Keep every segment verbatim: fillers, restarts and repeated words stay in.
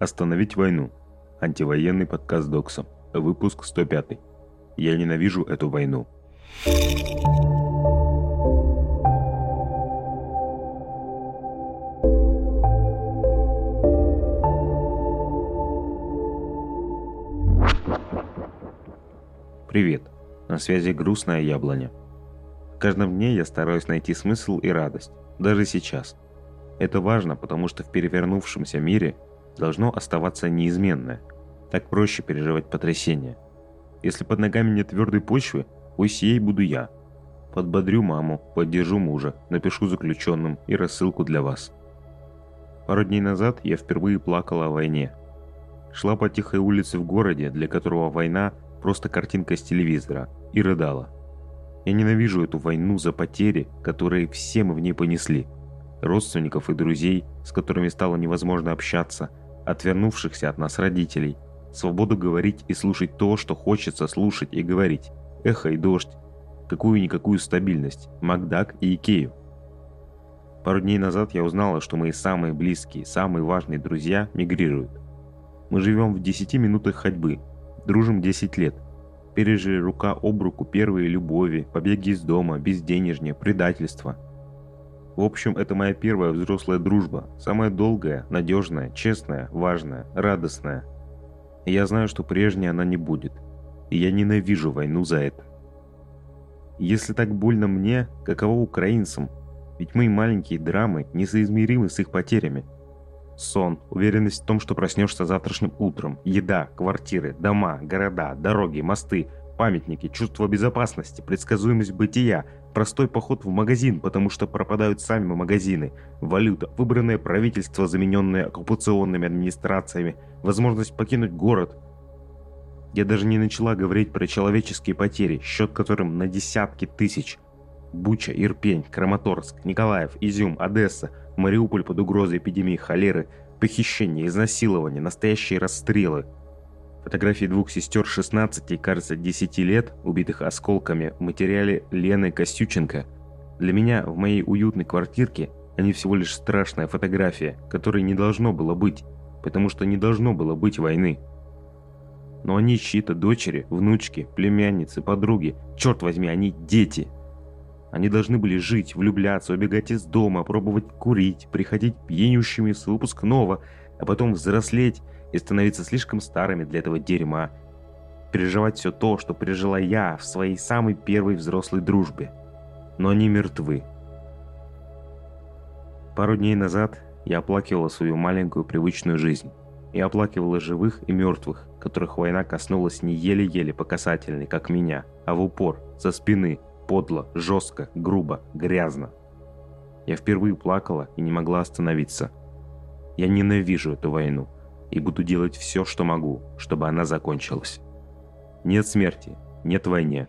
Остановить войну. Антивоенный подкаст Докса. Выпуск сто пять. Я ненавижу эту войну. Привет. На связи грустная яблоня. В каждом дне я стараюсь найти смысл и радость, даже сейчас. Это важно, потому что в перевернувшемся мире должно оставаться неизменное. Так проще переживать потрясения. Если под ногами нет твердой почвы, пусть ей буду я. Подбодрю маму, поддержу мужа, напишу заключенным и рассылку для вас. Пару дней назад я впервые плакала о войне. Шла по тихой улице в городе, для которого война – просто картинка с телевизора, и рыдала. Я ненавижу эту войну за потери, которые все мы в ней понесли. Родственников и друзей, с которыми стало невозможно общаться, отвернувшихся от нас родителей, свободу говорить и слушать то, что хочется слушать и говорить, эхо и дождь, какую-никакую стабильность, Макдак и Икею. Пару дней назад я узнала, что мои самые близкие, самые важные друзья мигрируют. Мы живем в десяти минутах ходьбы, дружим десять лет, пережили рука об руку первые любови, побеги из дома, безденежье, предательство. В общем, это моя первая взрослая дружба, самая долгая, надежная, честная, важная, радостная. И я знаю, что прежней она не будет. И я ненавижу войну за это. Если так больно мне, каково украинцам? Ведь мои маленькие драмы несоизмеримы с их потерями. Сон, уверенность в том, что проснешься завтрашним утром, еда, квартиры, дома, города, дороги, мосты, памятники, чувство безопасности, предсказуемость бытия, простой поход в магазин, потому что пропадают сами магазины, валюта, выбранное правительство, замененное оккупационными администрациями, возможность покинуть город. Я даже не начала говорить про человеческие потери, счет которым на десятки тысяч. Буча, Ирпень, Краматорск, Николаев, Изюм, Одесса, Мариуполь под угрозой эпидемии холеры, похищения, изнасилования, настоящие расстрелы. Фотографии двух сестер шестнадцати и, кажется, десяти лет, убитых осколками, в материале Лены Костюченко. Для меня в моей уютной квартирке они всего лишь страшная фотография, которой не должно было быть, потому что не должно было быть войны. Но они чьи-то дочери, внучки, племянницы, подруги, черт возьми, они дети. Они должны были жить, влюбляться, убегать из дома, пробовать курить, приходить пьянющими с выпускного, а потом взрослеть и становиться слишком старыми для этого дерьма. Переживать все то, что пережила я в своей самой первой взрослой дружбе. Но они мертвы. Пару дней назад я оплакивала свою маленькую привычную жизнь. Я оплакивала живых и мертвых, которых война коснулась не еле-еле по касательной, как меня, а в упор, со спины, подло, жестко, грубо, грязно. Я впервые плакала и не могла остановиться. Я ненавижу эту войну и буду делать все, что могу, чтобы она закончилась. Нет смерти, нет войне.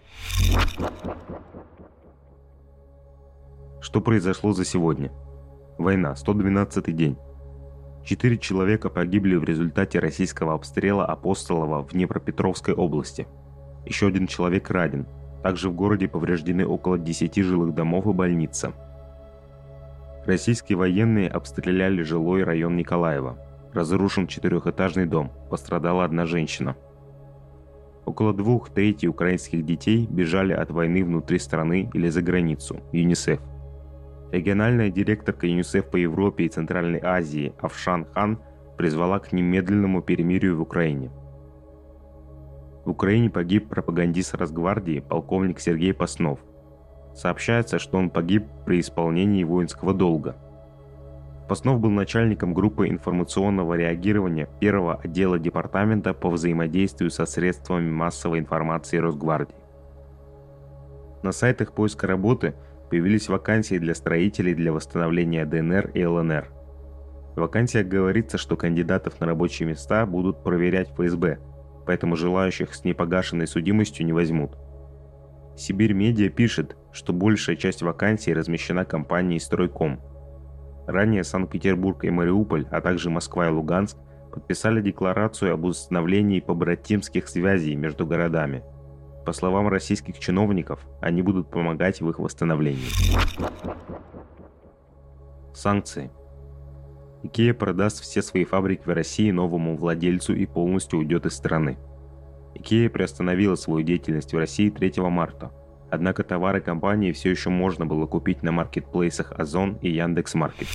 Что произошло за сегодня? Война, сто двенадцатый день. Четыре человека погибли в результате российского обстрела Апостолова в Днепропетровской области. Еще один человек ранен. Также в городе повреждены около десяти жилых домов и больница. Российские военные обстреляли жилой район Николаева. Разрушен четырехэтажный дом, пострадала одна женщина. Около двух третей украинских детей бежали от войны внутри страны или за границу, ЮНИСЕФ. Региональная директорка ЮНИСЕФ по Европе и Центральной Азии Афшан Хан призвала к немедленному перемирию в Украине. В Украине погиб пропагандист Росгвардии полковник Сергей Паснов. Сообщается, что он погиб при исполнении воинского долга. Паснов был начальником группы информационного реагирования первого отдела департамента по взаимодействию со средствами массовой информации Росгвардии. На сайтах поиска работы появились вакансии для строителей для восстановления ДНР и ЛНР. В вакансиях говорится, что кандидатов на рабочие места будут проверять ФСБ, поэтому желающих с непогашенной судимостью не возьмут. Сибирь Медиа пишет, что большая часть вакансий размещена компанией «Стройком». Ранее Санкт-Петербург и Мариуполь, а также Москва и Луганск подписали декларацию об установлении побратимских связей между городами. По словам российских чиновников, они будут помогать в их восстановлении. Санкции. Икея продаст все свои фабрики в России новому владельцу и полностью уйдет из страны. Икея приостановила свою деятельность в России третьего марта, однако товары компании все еще можно было купить на маркетплейсах Озон и Яндекс.Маркет.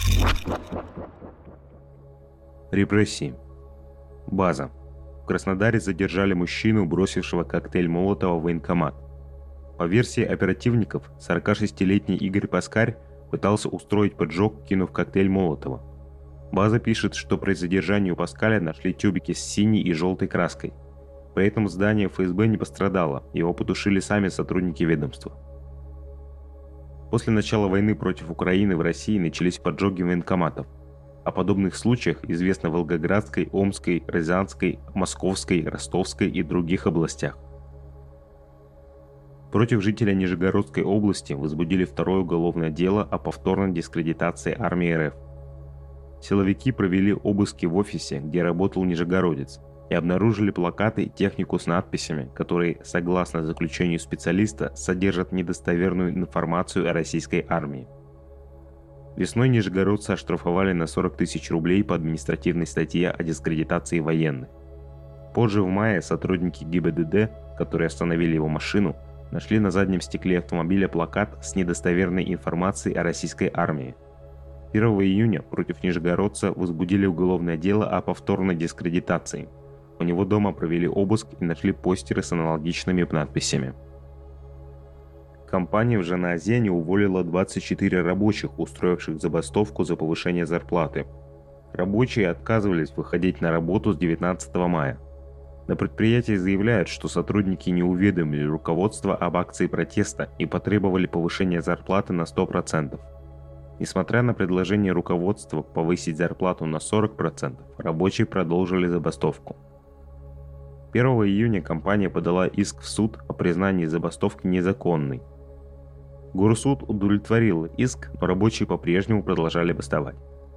Репрессии. База. В Краснодаре задержали мужчину, бросившего коктейль Молотова в военкомат. По версии оперативников, сорокашестилетний Игорь Паскарь пытался устроить поджог, кинув коктейль Молотова. База пишет, что при задержании у Паскаля нашли тюбики с синей и желтой краской. При этом здание эф эс бэ не пострадало, его потушили сами сотрудники ведомства. После начала войны против Украины в России начались поджоги военкоматов. О подобных случаях известно в Волгоградской, Омской, Рязанской, Московской, Ростовской и других областях. Против жителя Нижегородской области возбудили второе уголовное дело о повторной дискредитации армии эр эф. Силовики провели обыски в офисе, где работал нижегородец, и обнаружили плакаты и технику с надписями, которые, согласно заключению специалиста, содержат недостоверную информацию о российской армии. Весной нижегородца оштрафовали на сорок тысяч рублей по административной статье о дискредитации военных. Позже в мае сотрудники гэ и бэ дэ дэ, которые остановили его машину, нашли на заднем стекле автомобиля плакат с недостоверной информацией о российской армии. первого июня против нижегородца возбудили уголовное дело о повторной дискредитации. У него дома провели обыск и нашли постеры с аналогичными надписями. Компания в Жанаозене уволила двадцать четыре рабочих, устроивших забастовку за повышение зарплаты. Рабочие отказывались выходить на работу с девятнадцатого мая. На предприятии заявляют, что сотрудники не уведомили руководство об акции протеста и потребовали повышения зарплаты на сто процентов. Несмотря на предложение руководства повысить зарплату на сорок процентов, рабочие продолжили забастовку. первого июня компания подала иск в суд о признании забастовки незаконной. Горсуд удовлетворил иск, но рабочие по-прежнему продолжали бастовать.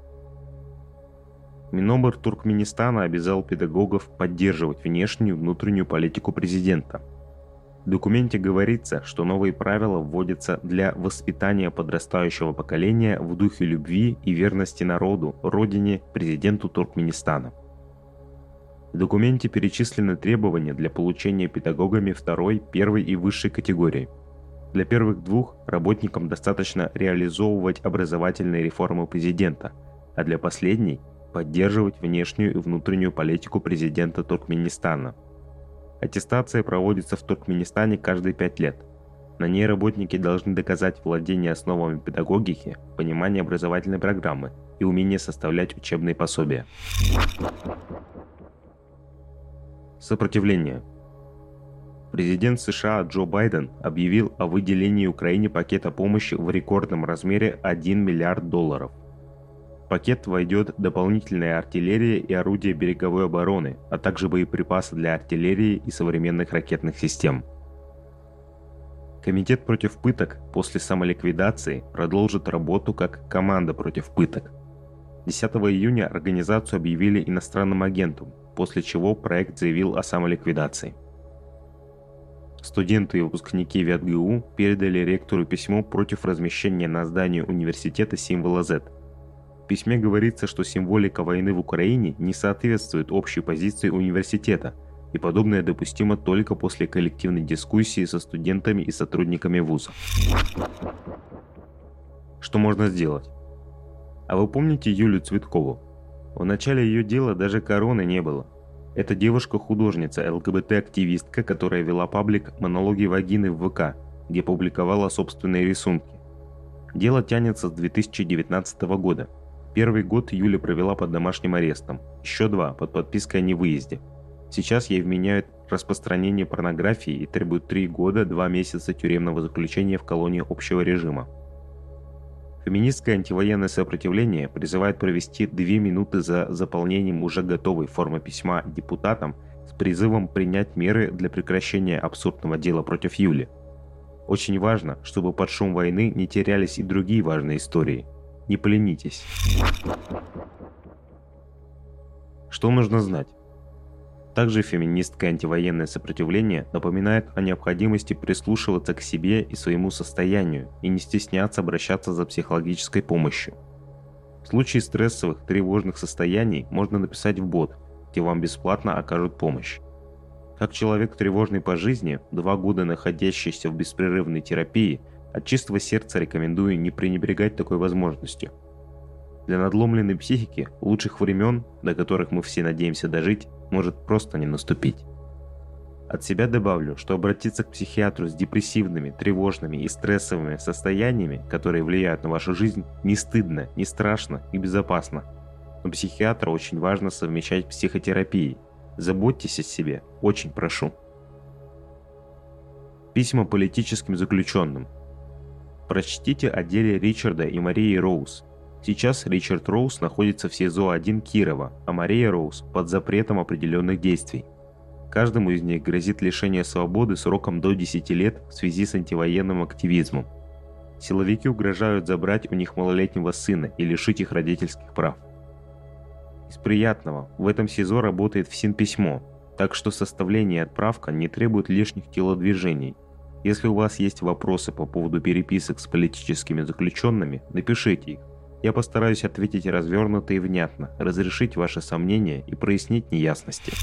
Минобр Туркменистана обязал педагогов поддерживать внешнюю и внутреннюю политику президента. В документе говорится, что новые правила вводятся для воспитания подрастающего поколения в духе любви и верности народу, родине, президенту Туркменистана. В документе перечислены требования для получения педагогами второй, первой и высшей категории. Для первых двух работникам достаточно реализовывать образовательные реформы президента, а для последней – поддерживать внешнюю и внутреннюю политику президента Туркменистана. Аттестация проводится в Туркменистане каждые пять лет. На ней работники должны доказать владение основами педагогики, понимание образовательной программы и умение составлять учебные пособия. Сопротивление. Президент США Джо Байден объявил о выделении Украине пакета помощи в рекордном размере один миллиард долларов. В пакет войдет дополнительная артиллерия и орудия береговой обороны, а также боеприпасы для артиллерии и современных ракетных систем. Комитет против пыток после самоликвидации продолжит работу как команда против пыток. десятого июня организацию объявили иностранным агентом, после чего проект заявил о самоликвидации. Студенты и выпускники ВятГУ передали ректору письмо против размещения на здании университета символа Z. В письме говорится, что символика войны в Украине не соответствует общей позиции университета, и подобное допустимо только после коллективной дискуссии со студентами и сотрудниками вуза. Что можно сделать? А вы помните Юлю Цветкову? В начале ее дела даже короны не было. Это девушка-художница, эл гэ бэ тэ-активистка, которая вела паблик «Монологи вагины» в вэ ка, где публиковала собственные рисунки. Дело тянется с две тысячи девятнадцатого года. Первый год Юля провела под домашним арестом, еще два под подпиской о невыезде. Сейчас ей вменяют распространение порнографии и требуют три года, два месяца тюремного заключения в колонии общего режима. Феминистское антивоенное сопротивление призывает провести две минуты за заполнением уже готовой формы письма депутатам с призывом принять меры для прекращения абсурдного дела против Юли. Очень важно, чтобы под шум войны не терялись и другие важные истории. Не поленитесь. Что нужно знать? Также феминистское антивоенное сопротивление напоминает о необходимости прислушиваться к себе и своему состоянию и не стесняться обращаться за психологической помощью. В случае стрессовых, тревожных состояний можно написать в бот, где вам бесплатно окажут помощь. Как человек тревожный по жизни, два года находящийся в беспрерывной терапии, от чистого сердца рекомендую не пренебрегать такой возможностью. Для надломленной психики лучших времен, до которых мы все надеемся дожить, может просто не наступить. От себя добавлю, что обратиться к психиатру с депрессивными, тревожными и стрессовыми состояниями, которые влияют на вашу жизнь, не стыдно, не страшно и безопасно. Но психиатра очень важно совмещать с психотерапией. Заботьтесь о себе, очень прошу. Письма политическим заключенным. Прочтите о деле Ричарда и Марии Роуз. Сейчас Ричард Роуз находится в СИЗО один Кирова, а Мария Роуз под запретом определенных действий. Каждому из них грозит лишение свободы сроком до десяти лет в связи с антивоенным активизмом. Силовики угрожают забрать у них малолетнего сына и лишить их родительских прав. Из приятного, в этом СИЗО работает ФСИН-письмо, так что составление и отправка не требуют лишних телодвижений. Если у вас есть вопросы по поводу переписок с политическими заключенными, напишите их. Я постараюсь ответить развернуто и внятно, разрешить ваши сомнения и прояснить неясности.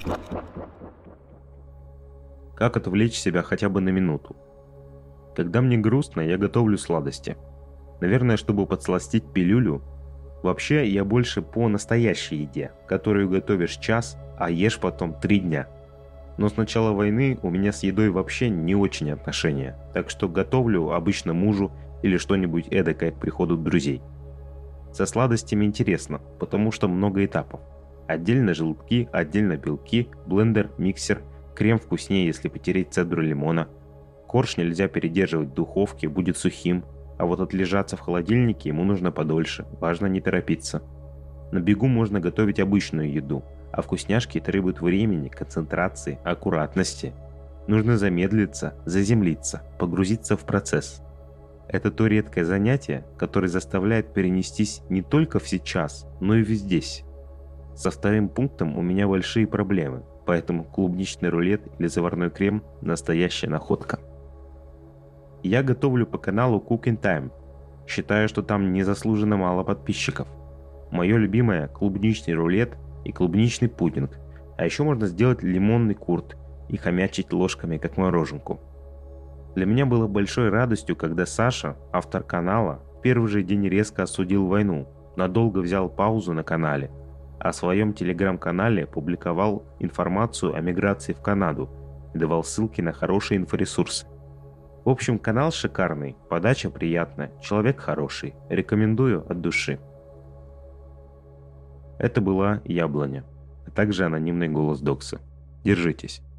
Как отвлечь себя хотя бы на минуту? Когда мне грустно, я готовлю сладости. Наверное, чтобы подсластить пилюлю. Вообще, я больше по настоящей еде, которую готовишь час, а ешь потом три дня. Но с начала войны у меня с едой вообще не очень отношения, так что готовлю обычно мужу или что-нибудь эдакое к приходу друзей. Со сладостями интересно, потому что много этапов. Отдельно желтки, отдельно белки, блендер, миксер, крем вкуснее, если потереть цедру лимона. Корж нельзя передерживать в духовке, будет сухим, а вот отлежаться в холодильнике ему нужно подольше, важно не торопиться. На бегу можно готовить обычную еду, а вкусняшки требуют времени, концентрации, аккуратности. Нужно замедлиться, заземлиться, погрузиться в процесс. Это то редкое занятие, которое заставляет перенестись не только в сейчас, но и в здесь. Со вторым пунктом у меня большие проблемы, поэтому клубничный рулет или заварной крем – настоящая находка. Я готовлю по каналу Cooking Time. Считаю, что там незаслуженно мало подписчиков. Мое любимое – клубничный рулет и клубничный пудинг. А еще можно сделать лимонный курт и хомячить ложками, как мороженку. Для меня было большой радостью, когда Саша, автор канала, в первый же день резко осудил войну, надолго взял паузу на канале, а в своем телеграм-канале публиковал информацию о миграции в Канаду и давал ссылки на хорошие инфоресурсы. В общем, канал шикарный, подача приятная, человек хороший, рекомендую от души. Это была Яблоня, а также анонимный голос Докса. Держитесь.